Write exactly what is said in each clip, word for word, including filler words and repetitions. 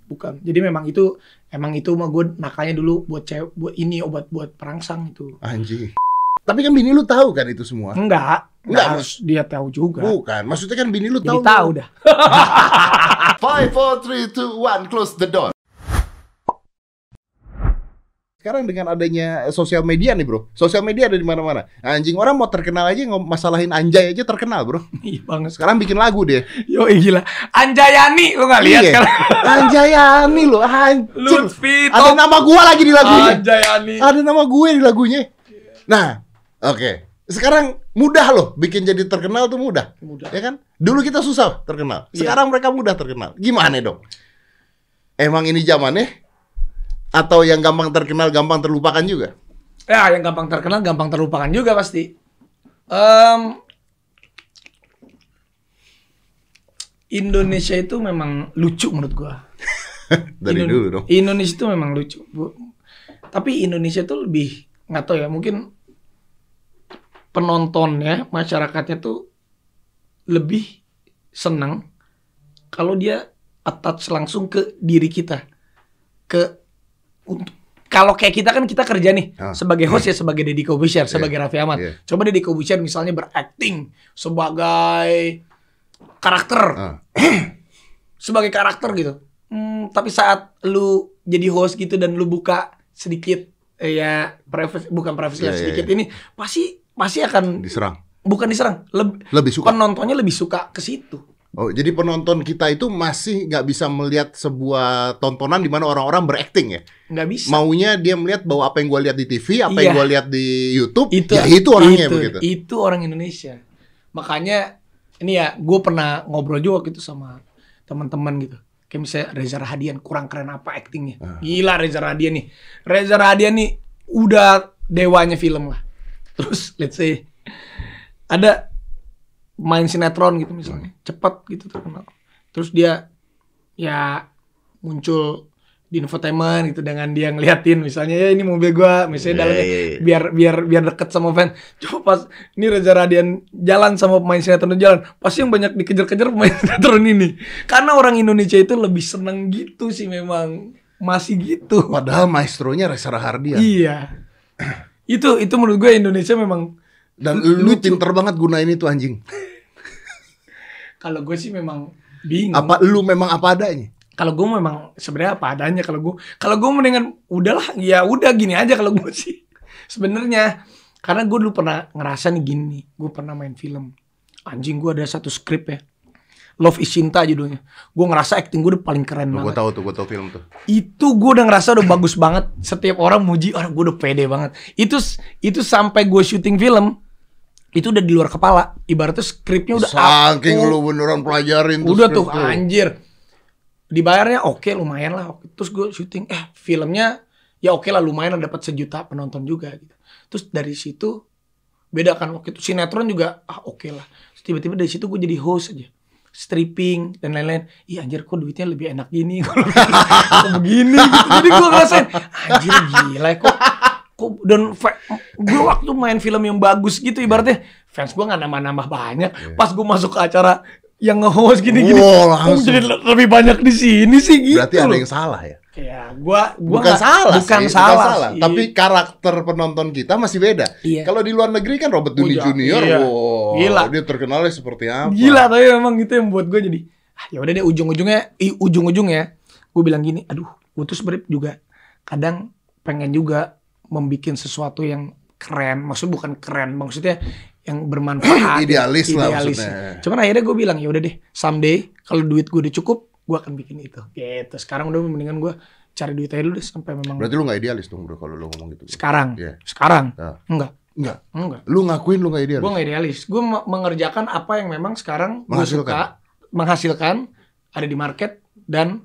bukan. Jadi memang itu emang itu mah gue nakalnya dulu buat cewek, buat ini obat buat perangsang itu. Anjing. Tapi kan bini lu tahu kan itu semua? Enggak, enggak Enggak, harus dia tahu juga. Bukan, maksudnya kan bini lu Jadi tahu. tahu dah. Five, four, three, two, one, close the door. Sekarang dengan adanya sosial media nih bro, sosial media ada di mana-mana. Anjing, orang mau terkenal aja ngom- masalahin Anjay aja terkenal bro. Iya banget. Sekarang bikin lagu deh. Yo gila, Anjayani lu nggak lihat Iya. sekarang? Anjayani lo, anjing. Lutfi, Ada Top. nama gua lagi di lagunya. Anjayani. Ada nama gue di lagunya. Nah, oke. Okay. Sekarang mudah loh bikin jadi terkenal tuh mudah. Mudah. Ya kan? Dulu kita susah terkenal. Sekarang mereka mudah terkenal. Gimana dong? Emang ini zamannya? Atau yang gampang terkenal gampang terlupakan juga? Ya, yang gampang terkenal gampang terlupakan juga pasti. Um, Indonesia itu memang lucu menurut gua. Dari Indo- dulu dong. Indonesia itu memang lucu. Bu. Tapi Indonesia tuh lebih nggak tahu ya, mungkin penontonnya, masyarakatnya tuh lebih senang kalau dia attach langsung ke diri kita. Ke untuk kalau kayak kita kan kita kerja nih Ah. sebagai host ya, sebagai Deddy Corbuzier, sebagai Raffi Ahmad. Yeah. Coba Deddy Corbuzier misalnya berakting sebagai karakter, Ah. sebagai karakter gitu. Hmm, tapi saat lu jadi host gitu dan lu buka sedikit eh, ya privacy, bukan privacy Yeah, lah, yeah, sedikit yeah. ini pasti pasti akan Diserang. bukan diserang, leb- Lebih suka. penontonnya lebih suka ke situ. Oh, jadi penonton kita itu masih nggak bisa melihat sebuah tontonan di mana orang-orang berakting ya? Nggak bisa. Maunya dia melihat bahwa apa yang gue lihat di T V, apa Iya. yang gue lihat di YouTube, Itu, ya itu orangnya itu, begitu. Itu orang Indonesia. Makanya ini ya, gue pernah ngobrol juga gitu sama teman-teman gitu. Kayak misalnya Reza Rahadian, kurang keren apa aktingnya? Ah. Gila Reza Rahadian nih. Reza Rahadian nih udah dewanya film lah. Terus let's say ada main sinetron gitu misalnya, cepat gitu terkenal. Terus dia ya muncul di infotainment gitu dengan dia ngeliatin misalnya ya ini mobil gua misalnya Yeah, dalamnya yeah, yeah. biar biar biar deket sama fan. Coba pas ini Reza Radian jalan sama pemain sinetron jalan, pasti yang banyak dikejar-kejar pemain sinetron ini. Karena orang Indonesia itu lebih seneng gitu sih, memang masih gitu. Padahal maestronya Reza Rahardian. Iya. Itu itu menurut gue Indonesia memang. Dan lu pinter banget gunain itu anjing. Kalau gue sih memang bingung. Apa lu memang apa adanya? Kalau gue memang sebenarnya apa adanya. Kalau gue kalau gue mendingan udahlah, ya udah gini aja kalau gue sih. Sebenarnya karena gue dulu pernah ngerasa nih gini. Gue pernah main film. Anjing, gue ada satu skrip ya. Love is Cinta judulnya. Gue ngerasa acting gue udah paling keren Gue banget. tahu tuh, gue tahu film tuh. Itu gue udah ngerasa udah bagus banget. Setiap orang muji, orang gue udah pede banget. Itu itu sampai gue syuting film. Itu udah di luar kepala. Ibaratnya skripnya udah Saking aku- lu beneran pelajarin tuh. udah skrip tuh anjir. Dibayarnya oke lumayan lah. Terus gue syuting, eh filmnya ya oke lah lumayan lah, dapat sejuta penonton juga gitu. Terus dari situ beda kan, waktu itu sinetron juga ah oke lah. Terus tiba-tiba dari situ gue jadi host aja. Stripping dan lain-lain. Iya anjir, kok duitnya lebih enak gini kalau kok begini gitu. Jadi gue ngerasain anjir gila kok kok dan fa- gue waktu main film yang bagus gitu ibaratnya fans gue nggak nambah-nambah banyak. Pas gue masuk ke acara yang nge-host gini-gini, Wow, kok langsung. jadi le- lebih banyak di sini sih gitu. Berarti ada loh. yang salah ya? Ya, gua, gua Bukan nggak- salah bukan sih, salah, bukan salah. sih. Tapi karakter penonton kita masih beda. Iya. Kalau di luar negeri kan Robert Downey Udah, Junior, iya. wow, Gila. dia terkenalnya seperti apa? Gila, tapi memang itu yang buat gue jadi ah, ya udah deh, ujung-ujungnya i- ujung-ujungnya gue bilang gini, aduh, gue tuh sebenarnya juga kadang pengen juga membikin sesuatu yang keren. Maksudnya bukan keren, maksudnya yang bermanfaat. Idealis lah maksudnya. Cuman akhirnya gue bilang ya udah deh, someday kalau duit gue udah cukup, gue akan bikin itu. Gitu. Sekarang udah mendingan gue cari duit aja dulu deh sampai memang. Berarti lu gak idealis dong bro kalau lu ngomong gitu. Sekarang, Iya. sekarang, Nah. enggak, Enggak. enggak. Lu ngakuin lu gak idealis? Gue nggak idealis. Gue mengerjakan apa yang memang sekarang gue Menghasilkan. suka, menghasilkan, ada di market dan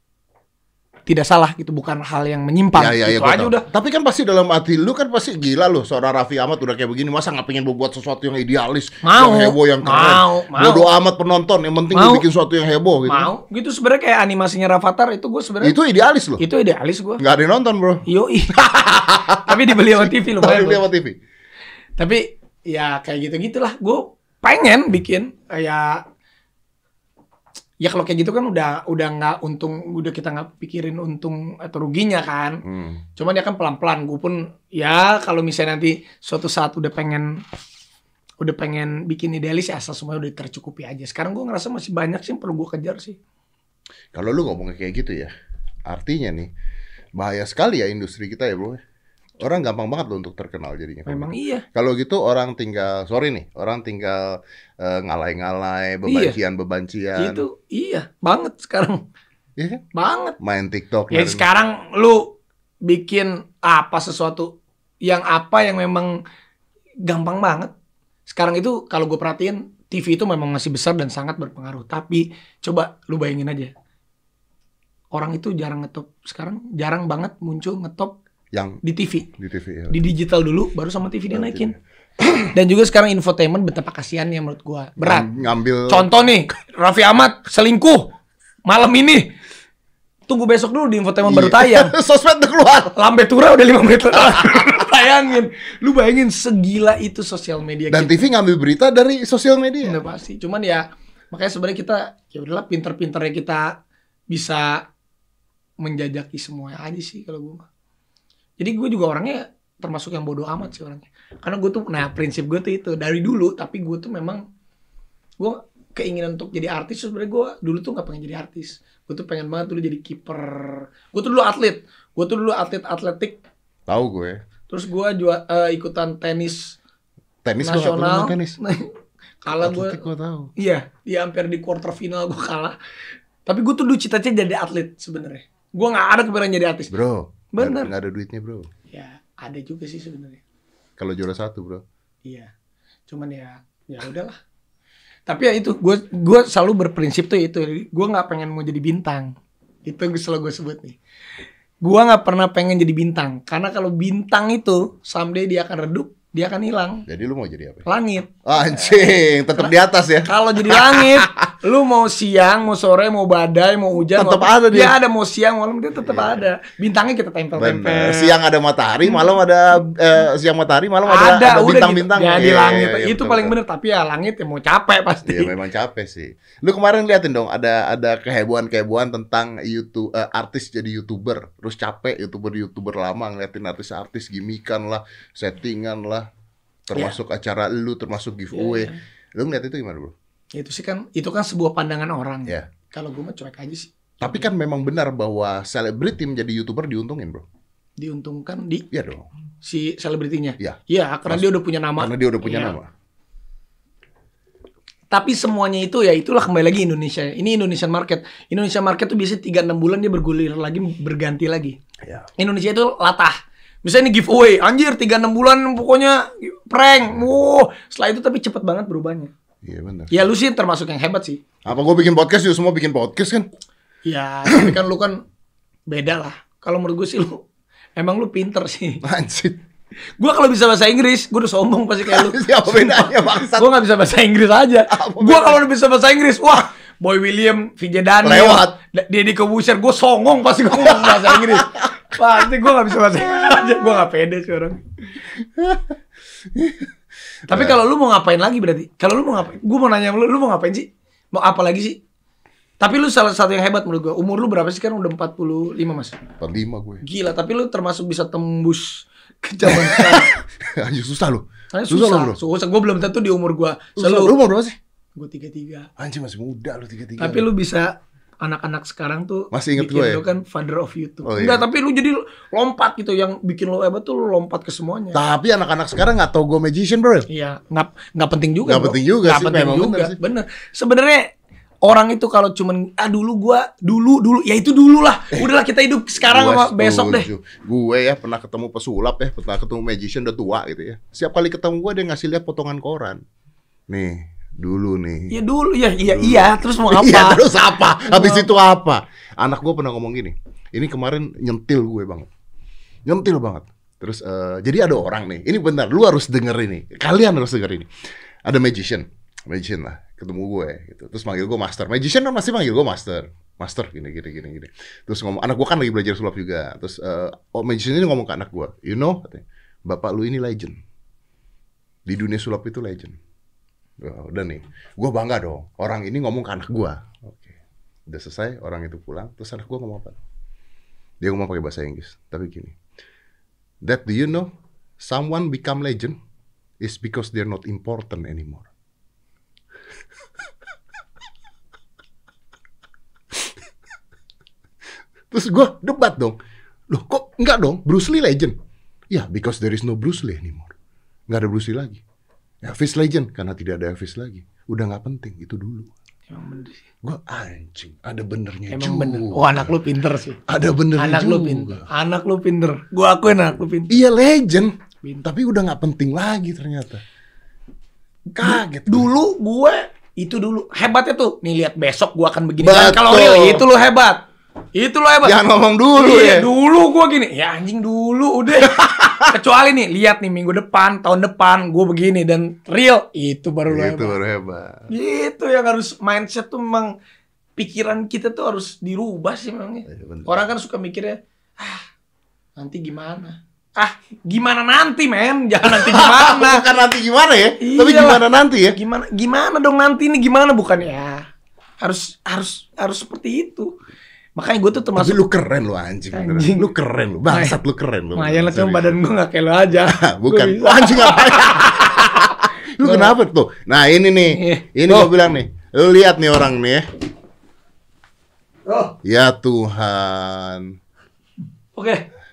tidak salah gitu, bukan hal yang menyimpang. Ya, ya, ya, Itu gua aja tahu. udah. Tapi kan pasti dalam hati lu kan pasti gila loh, seorang Raffi Ahmad udah kayak begini, masa nggak pengen membuat sesuatu yang idealis, Mau, yang heboh, yang keren. mau, mau. Bodo amat penonton, yang penting Mau. lu bikin sesuatu yang heboh gitu. Mau, gitu sebenarnya kayak animasinya Rafathar itu gue sebenarnya Itu idealis loh. itu idealis gue. Nggak ada yang nonton bro. Yoi. Tapi dibeli sama T V Tapi lumayan. beli Bro. sama T V. Tapi ya kayak gitu-gitulah. Gue pengen bikin kayak Ya kalau kayak gitu kan udah udah nggak untung, udah kita nggak pikirin untung atau ruginya kan. Hmm. Cuman ya kan pelan-pelan. Gue pun ya kalau misalnya nanti suatu saat udah pengen udah pengen bikin idealis ya asal semuanya udah tercukupi aja. Sekarang gue ngerasa masih banyak sih yang perlu gue kejar sih. Kalau lu ngomongnya kayak gitu ya, artinya nih bahaya sekali ya industri kita ya bro. Orang gampang banget loh untuk terkenal jadinya. Memang iya. Kalau gitu orang tinggal, sorry nih, orang tinggal uh, ngalai-ngalai, bebancian-bebancian. Itu iya banget sekarang. Iya kan? Banget. Main TikTok. Ya main... sekarang lu bikin apa sesuatu yang apa yang memang gampang banget. Sekarang itu kalau gue perhatiin T V itu memang masih besar dan sangat berpengaruh. Tapi coba lu bayangin aja. Orang itu jarang ngetop. Sekarang jarang banget muncul ngetop yang di T V. Di T V ya. Di digital dulu baru sama T V dia naikin. Dan juga sekarang infotainment betapa kasihannya menurut gua. Berat. Ngambil contoh nih, Raffi Ahmad selingkuh malam ini. Tunggu besok dulu di infotainment baru tayang. Sosmed udah keluar. Lambe Tura udah lima menit. Tayangin. Lu bayangin segila itu sosial media. Dan T V ngambil berita dari sosial media. Udah pasti. Cuman ya makanya sebenarnya kita ya udahlah pinter-pinternya kita bisa menjajaki semua aja sih kalau gua. Jadi gue juga orangnya termasuk yang bodoh amat sih orangnya. Karena gue tuh, nah prinsip gue tuh itu dari dulu. Tapi gue tuh memang gue keinginan untuk jadi artis. Sebenarnya gue dulu tuh nggak pengen jadi artis. Gue tuh pengen banget dulu jadi kiper. Gue tuh dulu atlet. Gue tuh dulu atlet atletik. Tahu gue. Terus gue juga uh, ikutan tenis. Tenis nasional. Gue tenis. Kalah gue. Gue tahu. Iya, di hampir di quarter final gue kalah. Tapi gue tuh dulu cita-cita jadi atlet sebenarnya. Gue nggak ada kepikiran jadi artis. Bro. Bener. Nggak ada duitnya bro. Ya ada juga sih sebenarnya. Kalau juara satu bro. Iya. Cuman ya ya udahlah. Tapi ya itu gue gue selalu berprinsip tuh itu. Gue nggak pengen mau jadi bintang. Itu yang selalu gue sebut nih. Gue nggak pernah pengen jadi bintang. Karena kalau bintang itu someday dia akan redup, dia akan hilang. Jadi lu mau jadi apa? Langit. Anjing, tetap di atas ya. Kalau jadi langit, lu mau siang, mau sore, mau badai, mau hujan, tetap mau ada dia. Dia ada mau siang, malam dia tetap yeah. ada. Bintangnya kita tempel-tempel. Siang ada matahari, malam ada eh, siang matahari, malam ada, ada, ada bintang-bintang. Ya di yeah, langit. yeah, yeah, itu betul, paling betul. bener. Tapi ya langit ya mau capek pasti. Iya memang capek sih. Lu kemarin liatin dong, ada ada kehebohan-kehebohan tentang YouTube uh, artis jadi YouTuber, terus capek YouTuber-YouTuber lama ngeliatin artis-artis gimikan lah, settingan lah. Termasuk yeah. acara lu, termasuk giveaway. Yeah, yeah. Lu ngeliat itu gimana bro? Itu sih kan, itu kan sebuah pandangan orang. Yeah. Kalau gue mah cuek aja sih. Tapi kan memang benar bahwa selebriti menjadi YouTuber diuntungin bro. Diuntungkan di? Iya dong. Si selebritinya? Iya. Iya, karena Mas, dia udah punya nama. Karena dia udah punya yeah. nama. Tapi semuanya itu ya itulah kembali lagi Indonesia. Ini Indonesian market. Indonesia market tuh biasanya tiga enam bulan dia bergulir lagi, berganti lagi. Yeah. Indonesia itu latah. Misalnya ini giveaway, anjir tiga enam bulan pokoknya prank. Wow, setelah itu tapi cepet banget berubahnya. Iya benar. Ya lu sih termasuk yang hebat sih. Apa gue bikin podcast juga semua bikin podcast kan? Ya, tapi kan lu kan beda lah. Kalau menurut gue sih lu emang lu pinter sih. Anjir. Gue kalau bisa bahasa Inggris, gue udah sombong pasti kayak lu. Siapa bedanya bangsat? Gue gak bisa bahasa Inggris aja. Gue kalau udah bisa bahasa Inggris, wah Boy William, Vijay Daniel, lewat. Deddy Corbuzier, gue songong pasti gue ngomong bahasa Inggris. Pasti gue gak bisa bahasa Inggris aja. Gue gak pede sih orang. Tapi kalau lu mau ngapain lagi berarti? Kalau lu mau ngapain? Gue mau nanya lu, lu mau ngapain sih? Mau apa lagi sih? Tapi lu salah satu yang hebat menurut gue. Umur lu berapa sih kan? Udah empat puluh lima mas? empat puluh lima gue. Gila, tapi lu termasuk bisa tembus ke zaman sekarang. Susah lu. Susah, susah, susah, susah. Gue belum tentu di umur gue. Lu umur berapa sih? Gue tiga puluh tiga. Anjir masih muda lu tiga puluh tiga. Tapi lu bisa anak-anak sekarang tuh masih inget bikin gue ya? Lu kan father of YouTube. Oh, enggak, iya. tapi lu jadi lompat gitu. Yang bikin lu hebat tuh lu lompat ke semuanya. Tapi anak-anak sekarang gak tau gue magician bro. Iya, nggak nggak penting juga. Gak penting juga gak sih, penting memang juga. bener sih. Bener. Sebenarnya orang itu kalau cuman ah dulu gua dulu dulu ya itu dulu lah. Udahlah kita hidup sekarang sama besok deh. Gue ya pernah ketemu pesulap ya, pernah ketemu magician udah tua gitu ya. Setiap kali ketemu gue dia ngasih lihat potongan koran. Nih, dulu nih. Ya dulu ya iya dulu. iya terus mau apa? Iya terus apa? Habis itu apa? Anak gue pernah ngomong gini. Ini kemarin nyentil gue banget. Nyentil banget. Terus uh, jadi ada orang nih. Ini benar, lu harus denger ini. Kalian harus denger ini. Ada magician. Magician lah, ketemu gue gitu. Terus manggil gue master. Magician kan masih manggil gue master. Master gini gini gini gini. Terus ngomong, anak gue kan lagi belajar sulap juga. Terus uh, oh magician ini ngomong ke anak gue, "You know," katanya, "Bapak lu ini legend. Di dunia sulap itu legend." Wah, udah nih. Gue bangga dong. Orang ini ngomong ke anak gue. Oke. Udah selesai, orang itu pulang, terus anak gue ngomong apa? Dia ngomong pakai bahasa Inggris, tapi gini. Dad, do you know someone become legend is because they're not important anymore. Terus gue debat dong. Loh kok enggak dong, Bruce Lee legend? Ya, because there is no Bruce Lee anymore. Nggak ada Bruce Lee lagi. Elvis legend, karena tidak ada Elvis lagi. Udah nggak penting, itu dulu. Emang bener sih. Gue anjing, ada benernya Emang juga. bener. Oh, anak lu pinter sih. Ada benernya Anak juga. lu pinter. Anak lu pinter. Gue akuin anak lu pinter. Iya legend, Pinter. tapi udah nggak penting lagi ternyata. Kaget. Dulu gue itu dulu hebatnya tuh. Nih lihat besok gue akan begini. Betul. Jangan kalau real itu lu hebat. Itu lo hebat. Jangan ngomong dulu iya, ya. Dulu gue gini. Ya anjing dulu udah. Kecuali nih lihat nih minggu depan, tahun depan gue begini dan real itu baru lo hebat. Itu baru hebat. Gitu yang harus mindset tuh memang pikiran kita tuh harus dirubah sih memangnya. Iya, bener. Orang kan suka mikirnya ah nanti gimana? Ah gimana nanti men? Jangan nanti gimana? Bukan nanti gimana ya? Iya Tapi lah. gimana nanti ya? Gimana gimana dong nanti ini gimana bukan ya? Harus harus harus seperti itu. Makanya gue tuh Tapi termasuk lu keren lu anjing, beneran. Anjing. Lu keren lu, bangsat lu keren lu. Lumayan lah cuma Serius. badan gue gak kayak lo aja. Bukan, Gua bisa. anjing apa? Lu kenapa tuh? Nah ini nih, Eh. ini Oh. gua bilang nih. Lu lihat nih orang nih ya. Oh, Ya Tuhan. oke.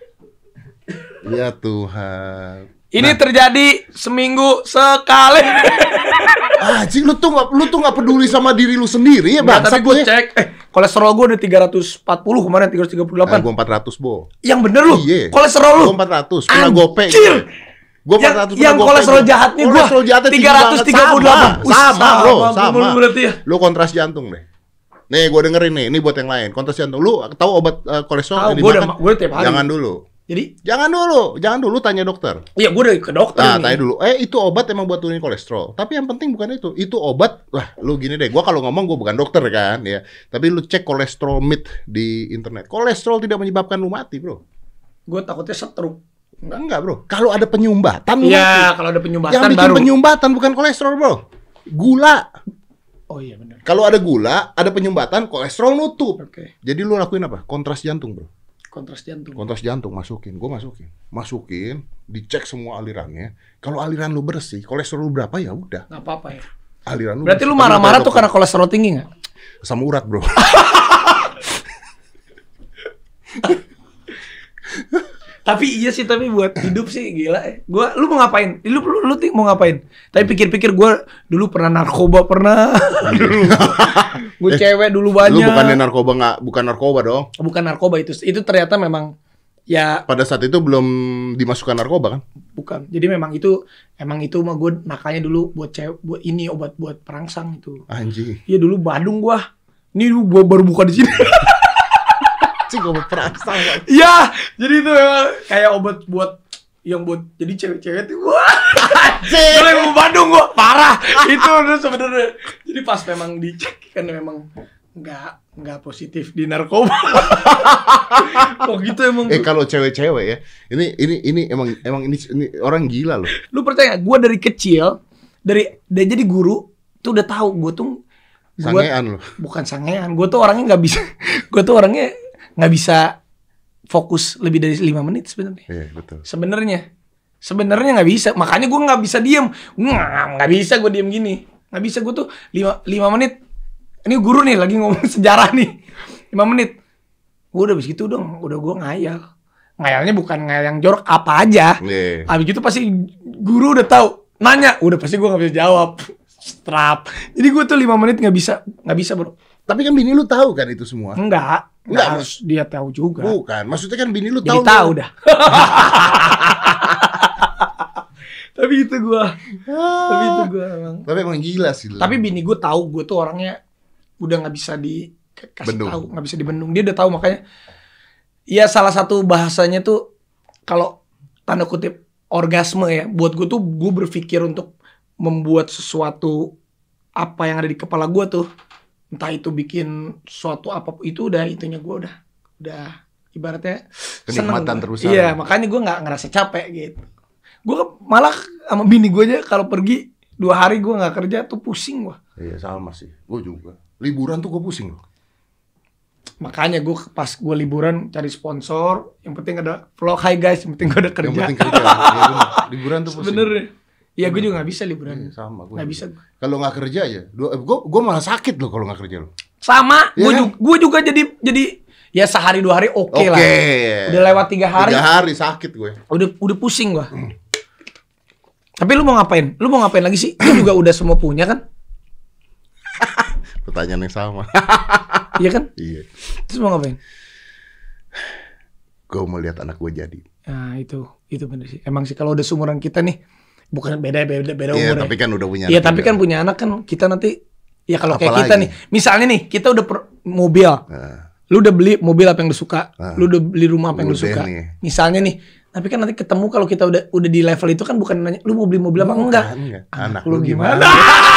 Ya Tuhan. Ini Nah. terjadi seminggu sekali. Anjing lu tuh gak, lu tuh gak peduli sama diri lu sendiri ya Nggak, tapi bangsat gue lu ya. cek, eh kolesterol gue udah tiga ratus empat puluh kemarin, tiga ratus tiga puluh Nah, delapan. gua empat ratus, Bo. Yang bener lu, Iya. kolesterol lu. Gua empat ratus, pernah gope. Anjir. Gua Yang, empat ratus yang pernah kolesterol gope. jahatnya gue Kolesterol jahatnya tinggi tiga ratus tiga puluh delapan. banget. Sama, sama, bro, sama. Berarti ya. Lu kontras jantung deh. Nih, gua dengerin nih, ini buat yang lain. Kontras jantung. Lu tahu obat uh, kolesterol Tahu, yang gua udah dimakan? gua tiap hari. Jangan dulu. Jadi, Jangan dulu, jangan dulu tanya dokter. iya gue udah ke dokter Nah, nih. tanya dulu. Eh, itu obat emang buat turunin kolesterol. Tapi yang penting bukan itu. Itu obat. Wah, lu gini deh. Gua kalau ngomong gua bukan dokter kan, ya. Tapi lu cek kolesterol myth di internet. Kolesterol tidak menyebabkan lu mati, Bro. Gue takutnya stroke. Enggak, enggak, Bro. Kalau ada penyumbatan lu mati. Iya, kalau ada penyumbatan Yang bikin baru. penyumbatan bukan kolesterol, Bro. Gula. Oh iya benar. Kalau ada gula, ada penyumbatan, kolesterol nutup. Oke. Jadi lu lakuin apa? Kontras jantung, Bro. Kontras jantung. Kontras jantung masukin, gue masukin, masukin, dicek semua alirannya. Kalau aliran lu bersih, kolesterol lu berapa ya udah. Nggak apa-apa ya. Aliran lu. Berarti bersih. lu marah-marah Tapi tuh karena kolesterol tinggi nggak? sama urat, Bro. Tapi iya sih, tapi buat hidup sih gila. eh. Gua, lu mau ngapain? Lu, lu, lu ti- mau ngapain? Tapi pikir-pikir gue dulu pernah narkoba pernah. dulu. Gue cewek dulu banyak. Lu bukannya narkoba nggak? Bukan narkoba dong. Bukan narkoba itu. Itu ternyata memang ya Pada saat itu belum dimasukkan narkoba kan? bukan. Jadi memang itu emang itu mah gue nakalnya dulu buat cewek, buat ini obat buat perangsang itu. Anjing. Iya dulu Badung gua. Ini dulu gua baru buka di sini. Anjing obat perangsang. Iya, jadi itu memang kayak obat buat yang buat jadi cewek-cewek tuh wah. Kalau yang mau Bandung gua parah. Itu udah sebenarnya. Jadi pas memang dicek kan memang nggak nggak positif di narkoba. Oh gitu emang. Eh kalau cewek-cewek ya, ini ini ini emang emang ini, ini orang gila loh. Lu percaya gak? Gua dari kecil dari dari jadi guru tuh udah tahu gua tuh gua, Sangean loh. bukan sangean. Gua tuh orangnya nggak bisa. Gua tuh orangnya nggak bisa fokus lebih dari lima menit sebenarnya. Iya betul. Sebenarnya, sebenarnya nggak bisa. Makanya gue nggak bisa diem. Nggak, nggak bisa gue diem gini. Nggak bisa gue tuh lima lima menit. Ini guru nih lagi ngomong sejarah nih. Lima menit. Gue udah habis gitu dong. Udah gue ngayal. Ngayalnya bukan ngayal yang jorok apa aja. Iya. Habis gitu pasti guru udah tahu. Nanya, udah pasti gue nggak bisa jawab. Strap. Jadi gue tuh lima menit nggak bisa, nggak bisa bro. Tapi kan bini lu tahu kan itu semua? Enggak. Enggak, Enggak harus dia tahu juga. Bukan, maksudnya kan bini lu Jadi tahu. tahu dah. Tapi itu gua. Tapi itu gua emang. Tapi emang gila sih lu. Tapi bini gua tahu gua tuh orangnya udah nggak bisa dikasih Bendung. tahu, nggak bisa dibendung. Dia udah tahu makanya. Ya salah satu bahasanya tuh kalau tanda kutip orgasme ya. Buat gua tuh gua berpikir untuk membuat sesuatu apa yang ada di kepala gua tuh. Entah itu bikin suatu apa itu udah itunya gue udah udah ibaratnya seneng Kenikmatan gua. terusan. Iya makanya gue nggak ngerasa capek gitu. Gue malah sama bini gue aja kalau pergi dua hari gue nggak kerja tuh pusing gue. Iya sama sih, gue juga. Liburan tuh gue pusing loh. Makanya gue pas gue liburan cari sponsor, yang penting ada vlog. Hai guys, yang penting gue ada kerja. Yang penting kerja. Ya, liburan tuh pusing. Sebenernya. Iya, gue juga nggak bisa liburan. Iya, sama. Nggak bisa. Kalau nggak kerja ya, gue gue malah sakit loh kalau nggak kerja loh. Sama. Ya, Gue kan? juga, gue juga jadi jadi ya sehari dua hari oke okay Oke. lah. Udah lewat tiga hari. Tiga hari sakit gue. Udah udah pusing gue. Hmm. Tapi lu mau ngapain? Lu mau ngapain lagi sih? Lu juga udah semua punya kan? Pertanyaan yang sama. Iya kan? Iya. Terus mau ngapain? Gue mau lihat anak gue jadi. Nah itu, itu bener sih. Emang sih kalau udah seumuran kita nih, bukan beda beda beda Iya, umur. tapi kan udah punya. Iya, tapi kan punya anak kan kita nanti, ya kalau kayak Apalagi? kita nih, misalnya nih kita udah per, mobil, Nah, lu udah beli mobil apa yang lu suka, Nah. lu udah beli rumah apa yang lu Udah suka. nih. Misalnya nih, tapi kan nanti ketemu kalau kita udah udah di level itu kan bukan nanya, lu mau beli mobil apa Bukan, enggak? enggak. Anak, Anak lu lu gimana? gimana?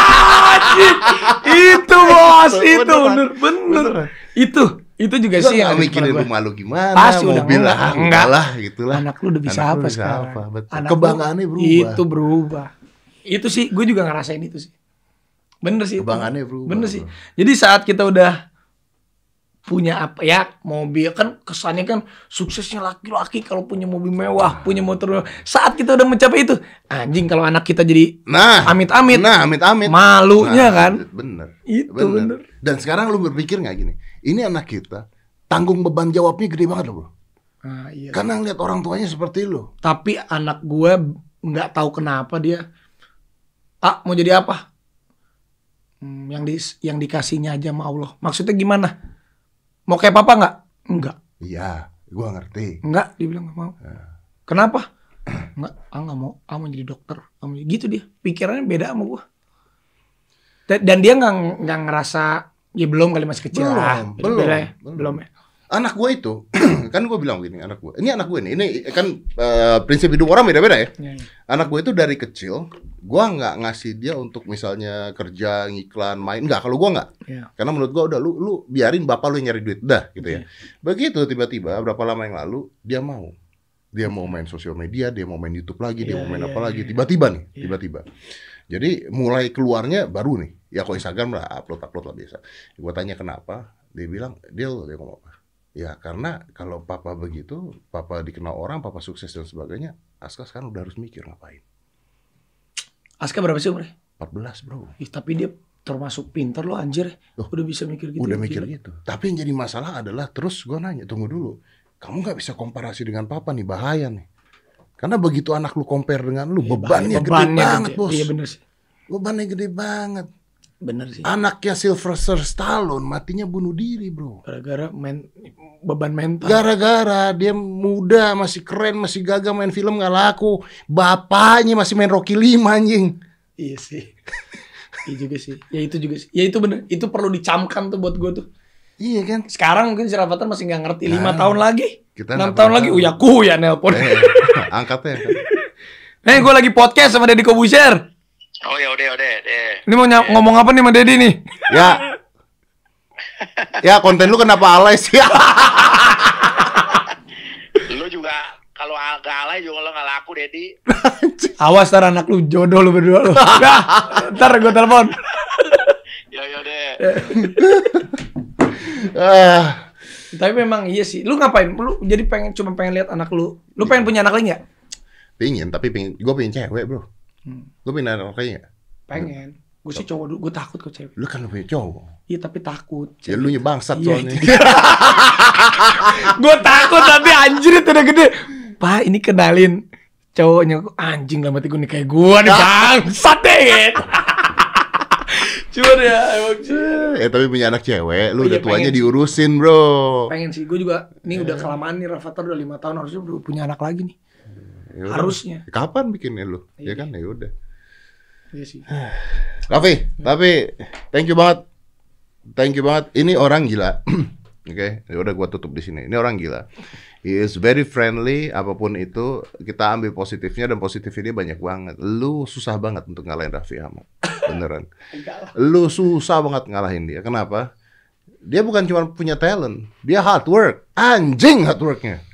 Itu bos, Beneran. itu bener bener. Beneran. Itu itu juga Lu sih yang nggak ada di mikirin kepala gua. rumah lu gimana, Pasti udah mobil enggak. lah, Enggak. lah gitulah. Anak lu udah bisa Anak lu apa bisa sekarang? apa, betul. Anak Kebanggaannya lu berubah. Itu berubah. Itu sih, gue juga ngerasain itu sih. Bener sih. itu. Kebanggaannya berubah, Bener bro. sih. Jadi saat kita udah punya apa ya, mobil kan kesannya kan suksesnya laki-laki kalau punya mobil mewah, punya motor mewah. Saat kita udah mencapai itu, anjing kalau anak kita jadi Nah, amit-amit, Nah, amit-amit. malunya Nah, kan. Bener. Itu bener. Dan sekarang lu berpikir nggak gini? Ini anak kita tanggung beban jawabnya gede banget loh, bro. Nah, iya. Karena ngeliat orang tuanya seperti lu. Tapi anak gue nggak tahu kenapa dia, ah mau jadi apa? Hmm, yang di yang dikasihnya aja sama Allah. Maksudnya gimana? Mau kayak papa nggak? Enggak. Iya, gua ngerti. Enggak, dia bilang nggak mau. Kenapa? Enggak, ah nggak mau. Ah mau jadi dokter. Ah, mau jadi- gitu dia. Pikirannya beda sama gue. Dan, dan dia nggak nggak ngerasa, ya belum kali masih kecil Belum, lah. belum, Beda ya. belum. belum ya. Anak gue itu, kan gue bilang gini, anak gue. Ini anak gue nih, ini kan eh, prinsip hidup orang beda-beda ya. Ya, ya. Anak gue itu dari kecil, gue nggak ngasih dia untuk misalnya kerja, ngiklan, main. Nggak, kalau gue nggak. Ya. Karena menurut gue udah, lu, lu biarin bapak lu yang nyari duit. Dah, gitu Iya. ya. Begitu tiba-tiba, berapa lama yang lalu, dia mau. Dia mau main sosial media, dia mau main YouTube lagi, dia Iya, mau main iya, apa lagi. iya. Tiba-tiba nih, Iya. tiba-tiba. Jadi mulai keluarnya baru nih. Ya kalau Instagram lah, upload-upload lah biasa. Gue tanya kenapa, dia bilang, dia dia ngomong apa? Ya karena kalau papa begitu, papa dikenal orang, papa sukses dan sebagainya, Aska sekarang udah harus mikir ngapain. Aska berapa sih umurnya? empat belas bro. Ih, tapi dia termasuk pinter loh anjir. Loh, Udah bisa mikir gitu. Udah mikir Gila. gitu. Tapi yang jadi masalah adalah, terus gue nanya, tunggu dulu. Kamu gak bisa komparasi dengan papa nih, bahaya nih. Karena begitu anak lu compare dengan lu, Iya, bebannya, bahaya. gede banget gede. bos. Iya bener sih. Bebannya gede banget. Bener sih. Anaknya Sylvester Stallone matinya bunuh diri bro. Gara-gara main beban mental. Gara-gara dia muda, masih keren, masih gagah main film gak laku. Bapaknya masih main Rocky lima anjing. Iya sih. Iya juga sih. Ya itu juga sih. Ya itu bener. Itu perlu dicamkan tuh buat gue tuh. Iya kan? Sekarang mungkin si Rafathar masih nggak ngerti. lima Nah, tahun lagi. kita enam nggak tahun pernah lagi. tahu. Uya kuya nelpon. Eh, angkatnya kan. Eh gue lagi podcast sama Deddy Kobusier. Oh ya udah udah deh. Ini mau ny- ngomong apa nih sama Deddy nih? Ya. Ya konten lu kenapa alay sih? Lu juga kalau agak alay juga lo nggak laku, Dedi. Awas ntar anak lu jodoh lu berdua lu. Nah, ntar gue telepon. Ya ya deh. Ah, Tapi memang iya sih. Lu ngapain? Lu jadi pengen cuma pengen lihat anak lu. Lu pengen punya anak lagi nggak? pingin, tapi pingin, gue pengen cewek bro. Hmm. Lu pengen anak lagi nggak? Pengen. Gue sih cowok dulu. Gue takut kok cewek. Lu kan lu punya cowok. Iya tapi takut. Ya lu nya bangsat Iya, soalnya. Gue takut nanti anjir itu udah gede. Pak ini kenalin cowoknya. Anjing lah mati gue nih kayak gue nih bangsat deh. Cuman ya emang sih. Eh tapi punya anak cewek, lu Oh, udah iya, tuanya pengen. diurusin bro. Pengen sih. Gue juga. Ini udah kelamaan nih. Rafathar udah lima tahun. Harusnya udah punya anak lagi nih. Ya udah. Harusnya. Kapan bikinnya lu? Iya. Ya kan ya udah. Iya sih. Raffi, tapi thank you banget. Thank you banget. Ini orang gila. Oke, ya udah gua tutup di sini. Ini orang gila. He is very friendly, apapun itu kita ambil positifnya dan positifnya dia banyak banget. Lu susah banget untuk ngalahin Raffi Ahmad. Beneran. Enggak lah. Lu susah banget ngalahin dia. Kenapa? Dia bukan cuma punya talent, dia hard work. Anjing hard worknya.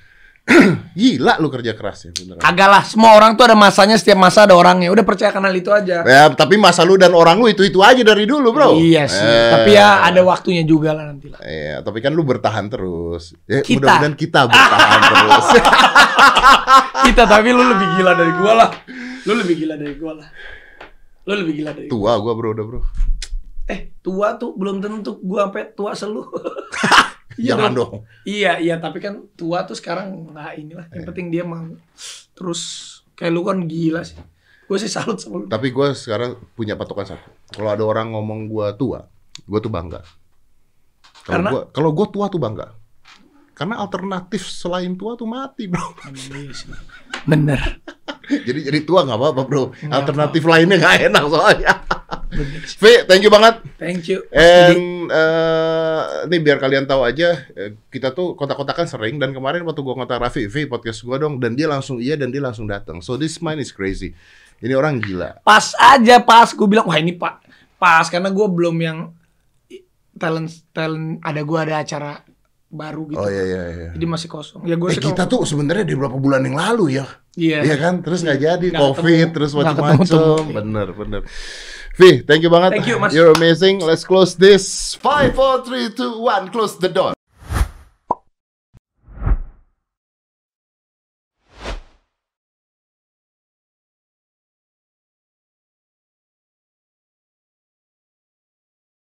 Gila lu kerja keras ya beneran. Kagak lah, semua orang tuh ada masanya, setiap masa ada orangnya. Udah percayakan hal itu aja. Ya, tapi masa lu dan orang lu itu-itu aja dari dulu, bro. Iya sih, Eh. tapi ya ada waktunya juga lah nanti lah. Iya, tapi kan lu bertahan terus. Ya, Kita. mudah-mudahan kita bertahan terus. Kita, tapi lu lebih gila dari gua lah. Lu lebih gila dari gua lah. Lu lebih gila dari gua. Tua gua, bro, udah, bro. Eh, tua tuh belum tentu gua sampai tua selu. Jangan dong. Iya, iya, tapi kan tua tuh sekarang nggak inilah. Yang Iya. penting dia mau terus kayak lu kan gila sih. Gue sih salut sama lu. Tapi gua sekarang punya patokan satu. Kalau ada orang ngomong gua tua, gua tuh bangga. Kalau Karena? gua kalau gua tua tuh bangga. Karena alternatif selain tua tuh mati, bro. Iya sih. Bener. jadi jadi tua nggak apa-apa, bro. Nggak Alternatif lainnya nggak enak soalnya. Bener sih. V, thank you banget. Thank you. And uh, ini biar kalian tahu aja, eh, kita tuh kontak-kontakan sering, dan kemarin waktu gua kontak Raffi, V podcast gua dong, dan dia langsung iya dan dia langsung datang. So this man is crazy. Ini orang gila. Pas aja pas gue bilang wah ini pak pas karena gue belum yang talent talent ada gue ada acara baru gitu. Oh iya iya iya. Jadi masih kosong. Ya gue Eh sih kita tuh sebenarnya di beberapa bulan yang lalu ya. Iya. Iya kan? Terus nggak jadi Nggak COVID, ketemu. terus Nggak macam-macam. ketemu-temu. Bener bener. V, thank you banget. Thank you, Mas. You're amazing. Let's close this. Five, four, three, two, one. Close the door.